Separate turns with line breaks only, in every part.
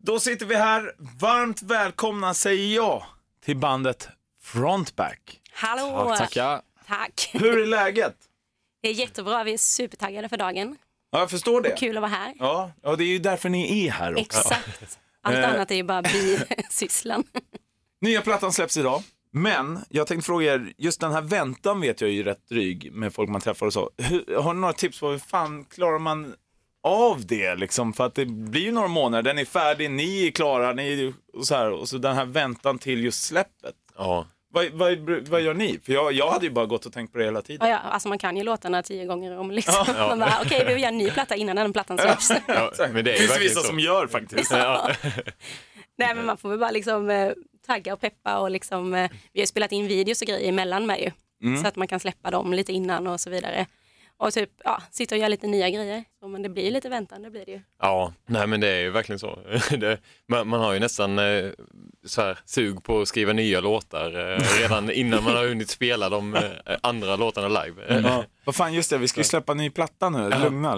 Då sitter vi här. Varmt välkomna säger jag till bandet Frontback.
Hallå!
Tackar.
Tack.
Hur är läget?
Det är jättebra, vi är supertaggade för dagen.
Ja, jag förstår det.
Kul att vara här.
Ja, det är ju därför ni är här också.
Exakt. Allt annat är ju bara bisysslan.
Nya plattan släpps idag. Men jag tänkte fråga er, just den här väntan vet jag är ju rätt dryg med folk man träffar och så. Har ni några tips på hur fan klarar man av det liksom? För att det blir ju några månader, den är färdig, ni är klara, och så här. Och så den här väntan till just släppet.
Ja.
Vad gör ni? För jag hade ju bara gått och tänkt på det hela tiden.
Ja, alltså man kan ju låtarna 10 gånger om liksom. Man bara, okej, vi gör en ny platta innan den plattan släpps.
Men det är
finns vissa
så.
som gör faktiskt.
Nej, men man får väl bara liksom tagga och peppa och liksom, vi har spelat in videos och grejer emellan med ju. Så att man kan släppa dem lite innan och så vidare. Och typ, sitta och göra lite nya grejer. Så, men det blir lite väntan, det blir det ju.
Ja, nej men det är ju verkligen så. Man har ju nästan så här, sug på att skriva nya låtar redan innan man har hunnit spela de andra låtarna live.
Ja. Vad fan, just det, vi ska ju släppa en ny platta nu. Lugna.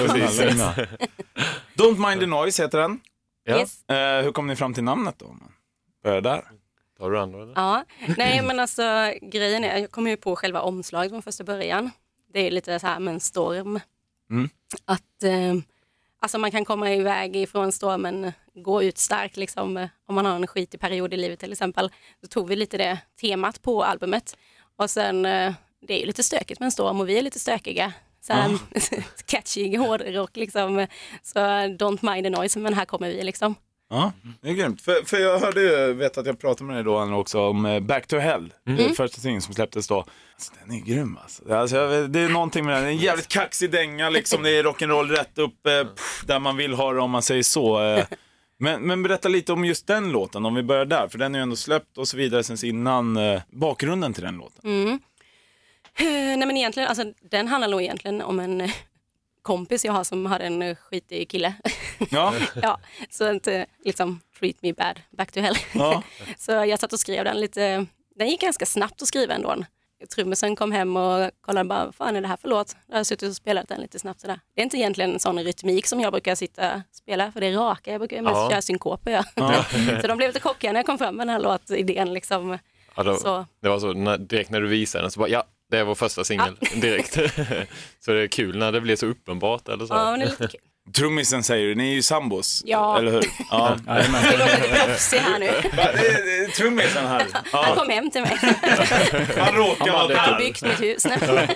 Don't Mind the Noise heter den.
Ja.
Yes.
Hur kom ni fram till namnet då? Börjar där.
Tar du andra eller?
Ja, nej men alltså grejen är, jag kom ju på själva omslaget från första början. Det är lite så här med en storm. Att alltså man kan komma iväg ifrån stormen, gå ut starkt liksom, om man har en skitig period i livet till exempel. Då tog vi lite det temat på albumet. Och sen, det är ju lite stökigt med en storm och vi är lite stökiga. Så här, catchy hårdrock liksom. Så don't mind the noise, men här kommer vi liksom.
Ja, det är grymt. För jag hörde ju, vet att jag pratade med dig då också om Back to Hell, första singeln som släpptes då. Alltså, den är grym alltså. Det är någonting med den, det är en jävligt kaxig dänga liksom, det är rock'n'roll rätt upp där man vill ha det om man säger så. Men berätta lite om just den låten, om vi börjar där, för den är ju ändå släppt och så vidare sen innan, bakgrunden till den låten.
Nej men egentligen, alltså den handlar nog egentligen om en kompis jag har som har en skitig kille.
Ja.
Ja, så inte liksom treat me bad, back to hell.
Ja.
Så jag satt och skrev den lite, den gick ganska snabbt att skriva ändå. Trummisen kom hem och kollade bara, vad fan är det här för låt? Jag har suttit och spelat den lite snabbt sådär. Det är inte egentligen en sån rytmik som jag brukar sitta och spela, för det är raka, jag brukar mest köra synkoper. Så de blev lite chockiga när jag kom fram med den här låtidén liksom. Så.
Det var så, direkt när du visade den så bara, det är vår första singel direkt. Så det är kul när det blir så uppenbart eller så.
Ja, men det är lite kul.
Trummisen säger du, ni är ju sambos,
Ja.
eller hur? Ja.
Det låter lite proffsig här nu.
Det är trummisen här.
Han kom hem till mig.
Han råkar vara
Jag har
där.
byggt mitt hus.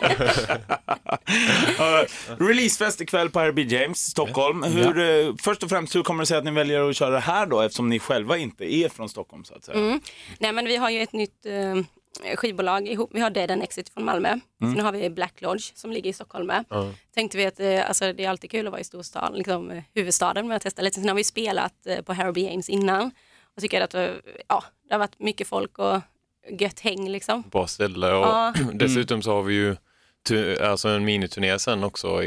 Releasefest ikväll på RB James, Stockholm. Först och främst, hur kommer det sig att ni väljer att köra det här då, eftersom ni själva inte är från Stockholm så att säga?
Nej, men vi har ju ett nytt skivbolag ihop. Vi har Dead and Exit från Malmö. Sen har vi Black Lodge som ligger i Stockholm med. Tänkte vi att alltså, det är alltid kul att vara i storstaden, liksom, huvudstaden, med att testa lite. Sen har vi spelat på Harrowby James innan. Och tycker att det har varit mycket folk och gött häng liksom.
Bra ställe och dessutom så har vi ju alltså en miniturné sen också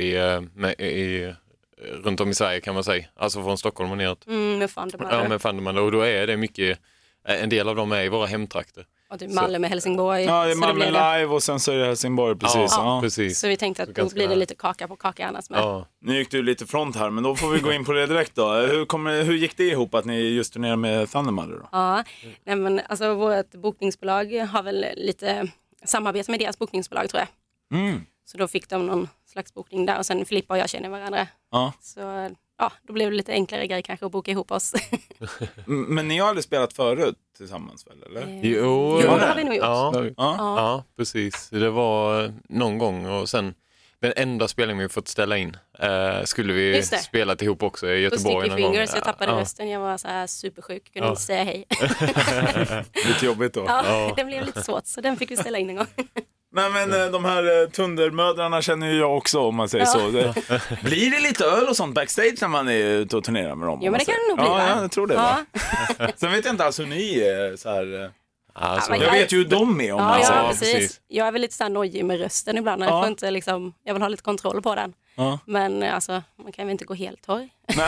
runt om i Sverige kan man säga. Alltså från Stockholm och neråt.
Med Fundamental.
Ja, med Fundamental. Och då är det mycket, en del av dem är i våra hemtrakter.
Och typ Malmö med Helsingborg.
Ja, det är
så
Malmö
det blir
live och sen så är det Helsingborg, precis.
Ja, precis.
Så vi tänkte att då blir det lite kaka på kaka annars med.
Ja.
Nu gick du lite front här, men då får vi gå in på det direkt då. Hur gick det ihop att ni just turnerar med Thundermother då?
Ja, nej men alltså vårt bokningsbolag har väl lite samarbete med deras bokningsbolag tror jag. Så då fick de någon slags bokning där och sen Filippa och jag känner varandra.
Ja.
Så då blev det lite enklare grejer kanske att boka ihop oss.
Men ni har aldrig spelat förut tillsammans väl, eller?
Jo,
det har vi nog gjort.
Ja, precis. Det var någon gång och sen den enda spelningen vi fått ställa in skulle vi spela ihop också i Göteborg någon gång.
Så jag tappade rösten, jag var så här supersjuk, kunde inte säga hej.
Lite jobbigt då.
Ja, det blev lite svårt så den fick vi ställa in en gång.
Nej, men de här tundermödrarna känner ju jag också, om man säger så. Blir det lite öl och sånt backstage när man är ute och turnerar med dem?
Jo, men det kan det nog bli.
Ja, jag tror det. Va? Sen vet jag inte alls hur ni är så här.
Alltså,
jag vet ju hur de är, om man säger.
Precis. Jag är väl lite så här nojig med rösten ibland. Jag får inte liksom, jag vill ha lite kontroll på den. Men alltså, man kan väl inte gå helt torr.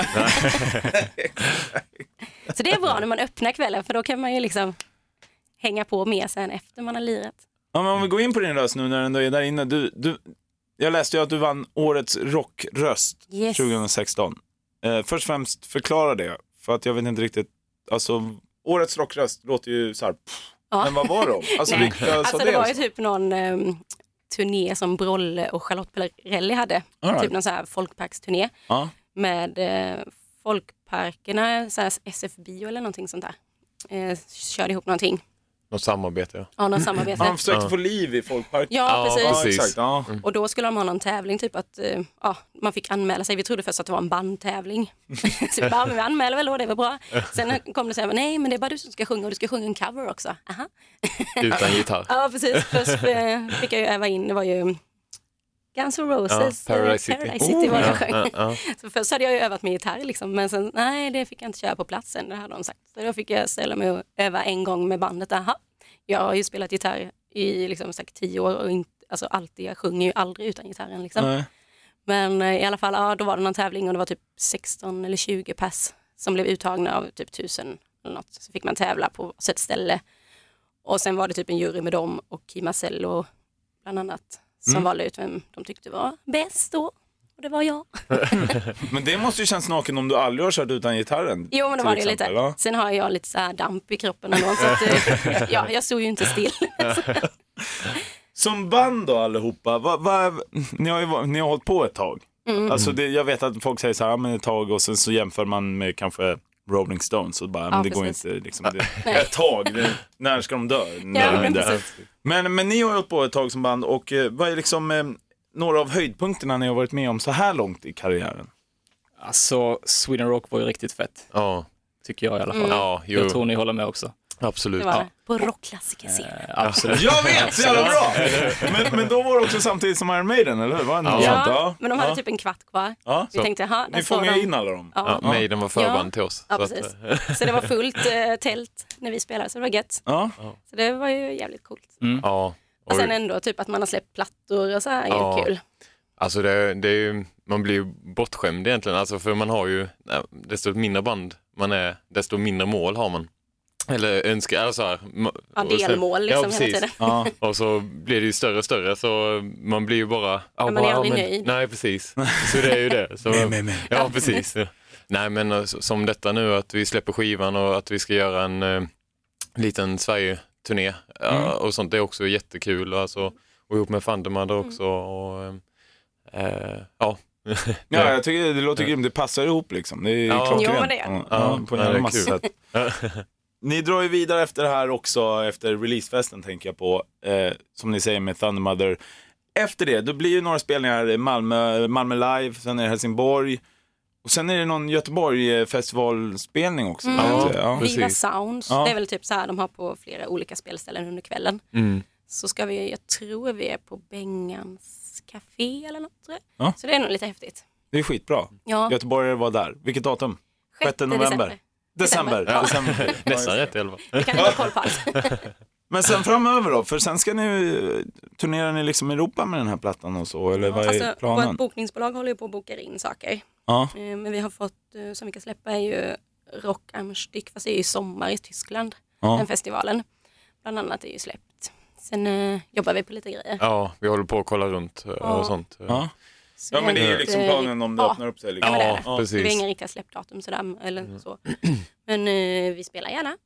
Så det är bra när man öppnar kvällen, för då kan man ju liksom hänga på med sen efter man har lirat.
Ja, men om vi går in på din röst nu när den är där inne. Jag läste ju att du vann årets rockröst 2016. Först och främst förklara det För att jag vet inte riktigt, alltså årets rockröst låter ju så här, men vad var de? Alltså,
det var ju typ någon turné som Brolle och Charlotte Perrelli hade.
Right.
Typ någon så här folkparksturné med folkparkerna, så här SF-bio eller någonting sånt där. Körde ihop någonting.
Något samarbete.
Ja, något samarbete.
Man försökte få liv i folkparken.
Ja, precis.
Exakt,
Och då skulle de ha någon tävling, typ att man fick anmäla sig. Vi trodde först att det var en bandtävling. Så vi bara, men vi anmäler väl då, det var bra. Sen kom det så här, nej men det är bara du som ska sjunga och du ska sjunga en cover också. Aha.
Utan gitarr.
Ja, precis. Först fick jag ju öva in, det var ju Guns N' Roses,
Paradise City
var jag sjöng. Så först hade jag ju övat med gitarr liksom, men sen, nej det fick jag inte köra på platsen, det hade de sagt. Så då fick jag ställa mig och öva en gång med bandet. Aha. Jag har ju spelat gitarr i liksom säkert 10 år och inte, alltså alltid, jag sjunger ju aldrig utan gitarren liksom.
Nej.
Men i alla fall, då var det någon tävling och det var typ 16 eller 20 pass som blev uttagna av typ 1000 eller något. Så fick man tävla på ett ställe. Och sen var det typ en jury med dem och Kim Marcello bland annat som valde ut vem de tyckte var bäst då. Och det var jag.
Men det måste ju kännas naken om du aldrig har kört utan gitarren.
Jo, men det var det lite. Ja? Sen har jag lite så här damp i kroppen ändå, så att, jag stod ju inte still.
Som band då allihopa, ni har hållit på ett tag. Alltså jag vet att folk säger så här, men ett tag och sen så jämför man med kanske Rolling Stones och bara, men det går inte liksom, ett tag, när ska de dö? Men ni har hållit på ett tag som band och vad är liksom några av höjdpunkterna ni har varit med om så här långt i karriären?
Alltså, Sweden Rock var ju riktigt fett.
Ja.
Tycker jag i alla fall.
Ja,
jag tror ni håller med också.
Absolut.
Det var det. På rockklassiker
absolut.
Jag vet, så jävla bra! Men då var det också samtidigt som Iron Maiden, eller hur? Var det
ja, men de hade typ en kvart kvar. Ja. Vi tänkte,
ni fångade in alla dem.
Ja, Maiden var förband till oss.
Ja, precis. Så det var fullt tält när vi spelade, så det var gött.
Ja.
Så det var ju jävligt coolt.
Ja.
Och sen ändå typ att man har släppt plattor och så här, är kul.
Alltså det är ju, man blir ju bortskämd egentligen, alltså för man har ju, desto mindre band man är, desto mindre mål har man. Eller önskar, eller så här.
Delmål liksom hela tiden.
Ja. Och så blir det ju större och större, så man blir ju bara...
man är aldrig nöjd.
Nej, precis. Så det är ju det. Så, ja, precis. Ja. Nej, men som detta nu, att vi släpper skivan och att vi ska göra en liten Sverige-turné och sånt, det är också jättekul. Alltså, och ihop med Fandemad också. Och,
ja, jag tycker det låter grymt. Det passar ihop liksom. Det är klockrent. På en massa sätt. Ni drar ju vidare efter det här också, efter releasefesten tänker jag på, som ni säger med Thunder Mother. Efter det, då blir ju några spelningar i Malmö Live, sen är det Helsingborg och sen är det någon Göteborg festivalspelning också.
Viva Sounds, det är väl typ så här, de har på flera olika spelställen under kvällen. Så ska vi, jag tror vi är på Bengans Café eller något, tror jag. Så det är nog lite häftigt.
Det är skitbra. Göteborg var där. Vilket datum? 6 november. December.
Nästan rätt i alla fall.
Det kan inte ha koll på allt.
Men sen framöver då? För sen ska ni turnera ni liksom i Europa med den här plattan och så? Eller vad är planen?
Vårt bokningsbolag håller ju på att boka in saker. Men vi har fått, som vi kan släppa är ju Rock am Stück, fast det är ju i sommar i Tyskland. Den festivalen. Bland annat är ju släppt. Sen jobbar vi på lite grejer.
Ja, vi håller på att kolla runt och sånt.
Ja, men det är ju liksom planen om det öppnar upp sig. Liksom.
Ja, precis. Det är inga riktiga släppdatum sådär, eller så. Men vi spelar gärna.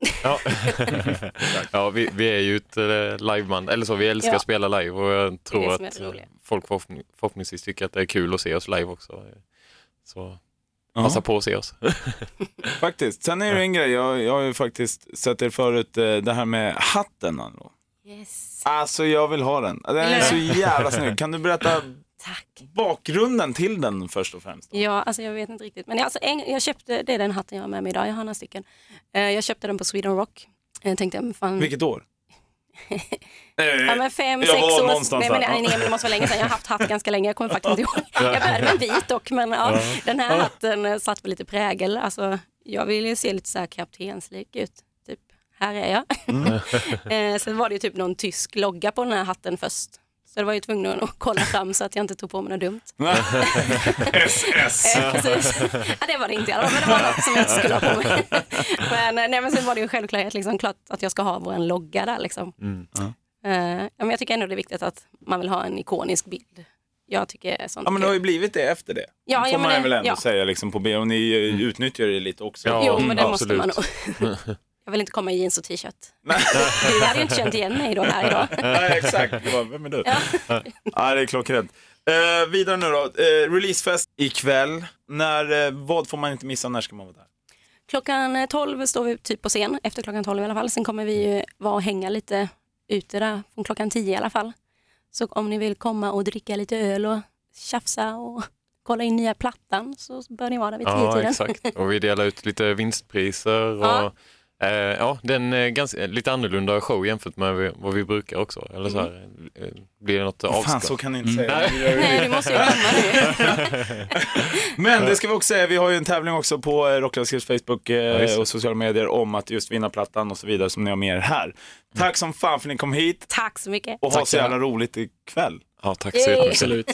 Ja, vi är ju ett liveband, eller så, vi älskar att spela live och jag tror att folk förhoppningsvis tycker att det är kul att se oss live också. Så passa på att se oss.
Faktiskt, sen är det en grej, jag har ju faktiskt sett er förut, det här med hatten. Då.
Yes.
Alltså jag vill ha den, den är så jävla snygg. Kan du berätta bakgrunden till den först och främst?
Ja, alltså jag vet inte riktigt. Men alltså, jag köpte, det är den hatten jag har med mig idag. Jag har några stycken. Jag köpte den på Sweden Rock. Jag tänkte, fan...
Vilket år?
Ja, men 5-6 år. Nej, men det måste vara länge sedan. Jag har haft hatt ganska länge. Jag kommer faktiskt inte ihåg. Jag började med en vit dock, men den här hatten satt med lite prägel. Alltså, jag ville se lite så här kaptenslik ut. Typ, här är jag. Sen var det ju typ någon tysk logga på den här hatten först. Så det var ju tvungen att kolla fram så att jag inte tog på mig något dumt.
SS!
Precis. Ja, det var det inte i alla fall, men det var något som jag inte skulle ha på mig. Men sen var det ju självklart liksom, klart att jag ska ha vår logga där. Liksom. Men jag tycker ändå det är viktigt att man vill ha en ikonisk bild jag tycker sånt.
Ja, men det har ju blivit det efter det.
Ja,
får man väl ändå säga liksom, på B. Och ni utnyttjar det lite också.
Ja,
jo, men det
absolut.
måste man nog. Jag vill inte komma i jeans och t-shirt. Du hade ju inte känt igen mig då här idag.
Nej, exakt. Det var, vem är du? Ja, det är klockrent. Vidare nu då. Releasefest ikväll. Vad får man inte missa? När ska man vara där?
Klockan 12 står vi typ på scen. Efter klockan 12 i alla fall. Sen kommer vi ju vara och hänga lite ute där. Från klockan 10 i alla fall. Så om ni vill komma och dricka lite öl och tjafsa och kolla in nya plattan, så bör ni vara där vid 10-tiden.
Ja, exakt. Och vi delar ut lite vinstpriser. Och, det är en ganska, lite annorlunda show jämfört med vad vi brukar också. Eller så här, blir det något avskott?
Fan, så kan ni inte säga.
Nej, du måste ju komma nu.
Men det ska vi också säga, vi har ju en tävling också på Rockklassiker Facebook och sociala medier om att just vinna plattan och så vidare som ni har med er här. Tack som fan för att ni kom hit.
Tack så mycket.
Och ha så jävla roligt ikväll.
Ja, tack så mycket.
Absolut.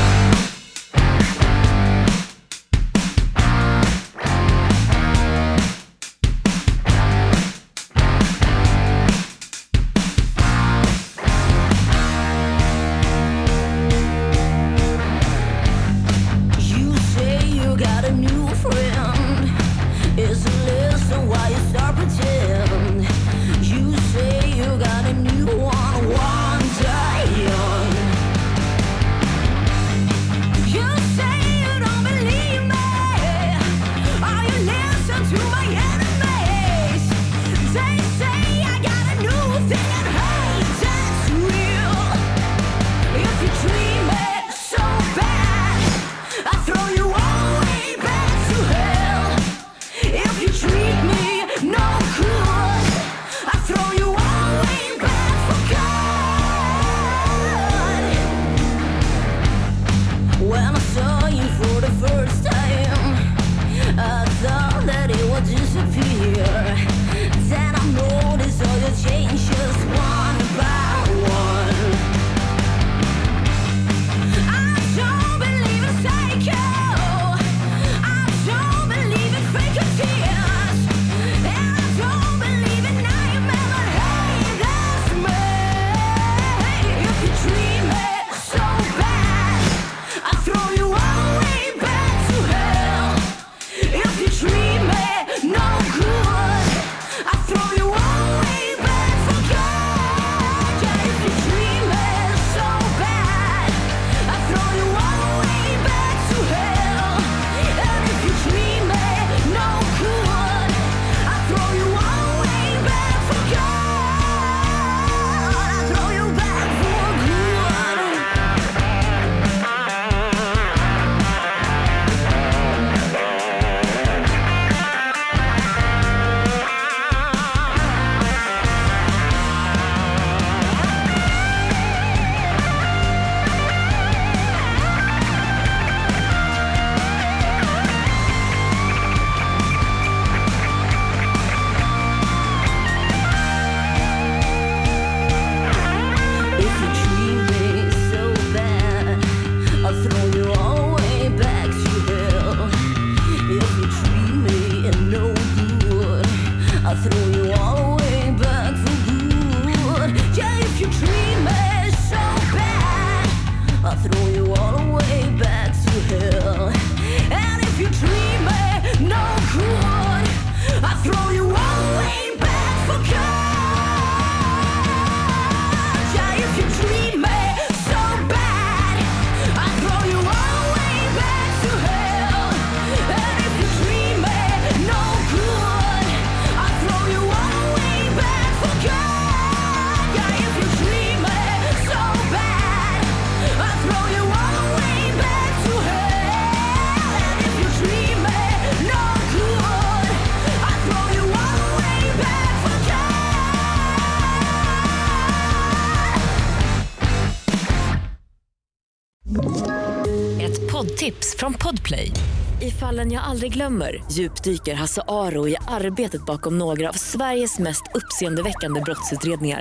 Poddtips från Podplay. I Fallen jag aldrig glömmer djupdyker Hasse Aro i arbetet bakom några av Sveriges mest uppseendeväckande brottsutredningar.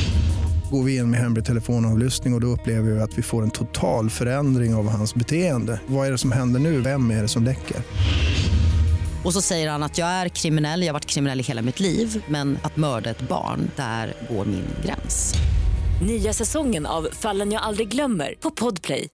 Går vi in med hemlig telefonavlyssning och då upplever vi att vi får en total förändring av hans beteende. Vad är det som händer nu? Vem är det som läcker?
Och så säger han att jag är kriminell, jag har varit kriminell i hela mitt liv. Men att mörda ett barn, där går min gräns.
Nya säsongen av Fallen jag aldrig glömmer på Podplay.